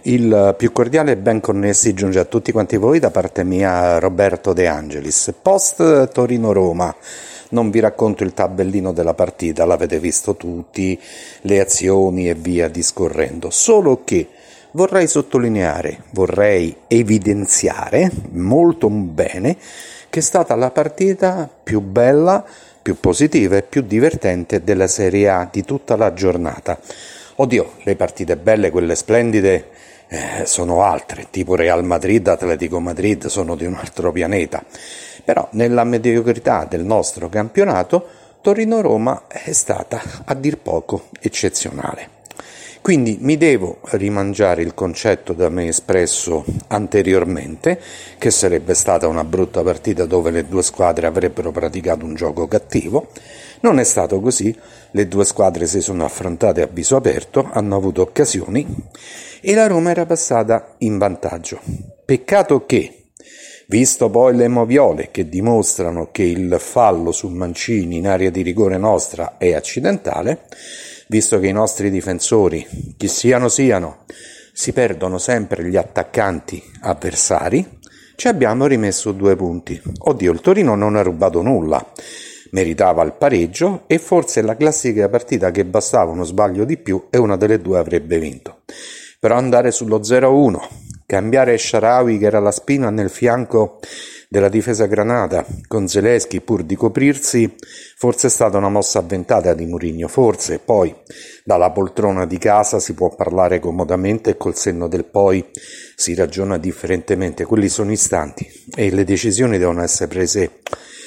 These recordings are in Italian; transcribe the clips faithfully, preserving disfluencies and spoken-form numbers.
Il più cordiale e ben connessi giunge a tutti quanti voi da parte mia, Roberto De Angelis. Post Torino-Roma, non vi racconto il tabellino della partita, l'avete visto tutti, le azioni e via discorrendo, solo che vorrei sottolineare, vorrei evidenziare molto bene che è stata la partita più bella, più positiva e più divertente della Serie A di tutta la giornata. Oddio, le partite belle, quelle splendide, eh, sono altre, tipo Real Madrid, Atletico Madrid, sono di un altro pianeta. Però nella mediocrità del nostro campionato, Torino-Roma è stata a dir poco eccezionale. Quindi mi devo rimangiare il concetto da me espresso anteriormente, che sarebbe stata una brutta partita dove le due squadre avrebbero praticato un gioco cattivo. Non è stato così, le due squadre si sono affrontate a viso aperto, hanno avuto occasioni e la Roma era passata in vantaggio. Peccato che, visto poi le moviole che dimostrano che il fallo su Mancini in area di rigore nostra è accidentale, visto che i nostri difensori, chi siano siano, si perdono sempre gli attaccanti avversari, ci abbiamo rimesso due punti. Oddio, il Torino non ha rubato nulla, meritava il pareggio e forse la classica partita che bastava uno sbaglio di più e una delle due avrebbe vinto. Però andare sullo zero a uno, cambiare Shaarawy che era la spina nel fianco della difesa granata con Zalewski pur di coprirsi, forse è stata una mossa avventata di Mourinho, forse. Poi dalla poltrona di casa si può parlare comodamente e col senno del poi si ragiona differentemente. Quelli sono istanti e le decisioni devono essere prese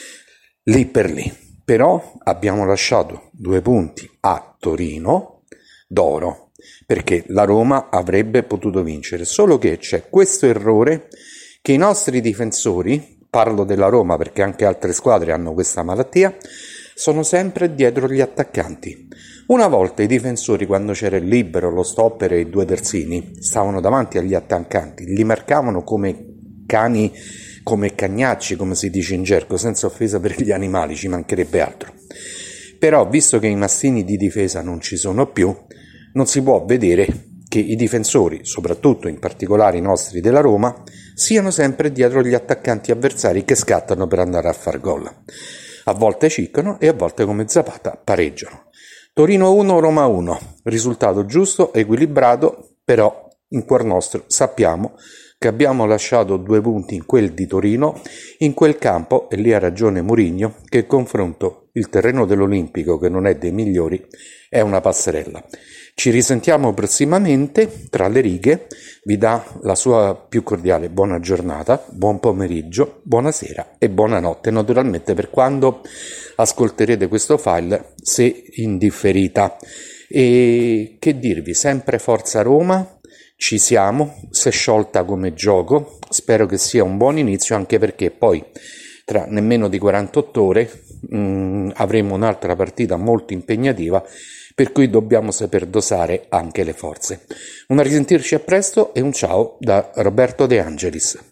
lì per lì. Però abbiamo lasciato due punti a Torino d'oro, perché la Roma avrebbe potuto vincere, solo che c'è questo errore che i nostri difensori, parlo della Roma perché anche altre squadre hanno questa malattia, sono sempre dietro gli attaccanti. Una volta i difensori, quando c'era il libero, lo stopper e i due terzini, stavano davanti agli attaccanti, li marcavano come cani, come cagnacci, come si dice in gergo, senza offesa per gli animali, ci mancherebbe altro. Però, visto che i mastini di difesa non ci sono più, non si può vedere che i difensori, soprattutto in particolare i nostri della Roma, siano sempre dietro gli attaccanti avversari che scattano per andare a far gol. A volte ciccano e a volte come Zapata pareggiano. Torino uno, Roma uno, risultato giusto, equilibrato, però in cuor nostro sappiamo che abbiamo lasciato due punti in quel di Torino, in quel campo, e lì ha ragione Mourinho, che il confronto, il terreno dell'Olimpico, che non è dei migliori, è una passerella. Ci risentiamo prossimamente, tra le righe, vi dà la sua più cordiale buona giornata, buon pomeriggio, buonasera e buonanotte, naturalmente per quando ascolterete questo file, se in differita. E che dirvi, sempre forza Roma, ci siamo, si è sciolta come gioco, spero che sia un buon inizio, anche perché poi tra nemmeno di quarantotto ore mh, avremo un'altra partita molto impegnativa, per cui dobbiamo saper dosare anche le forze. Un a risentirci a presto e un ciao da Roberto De Angelis.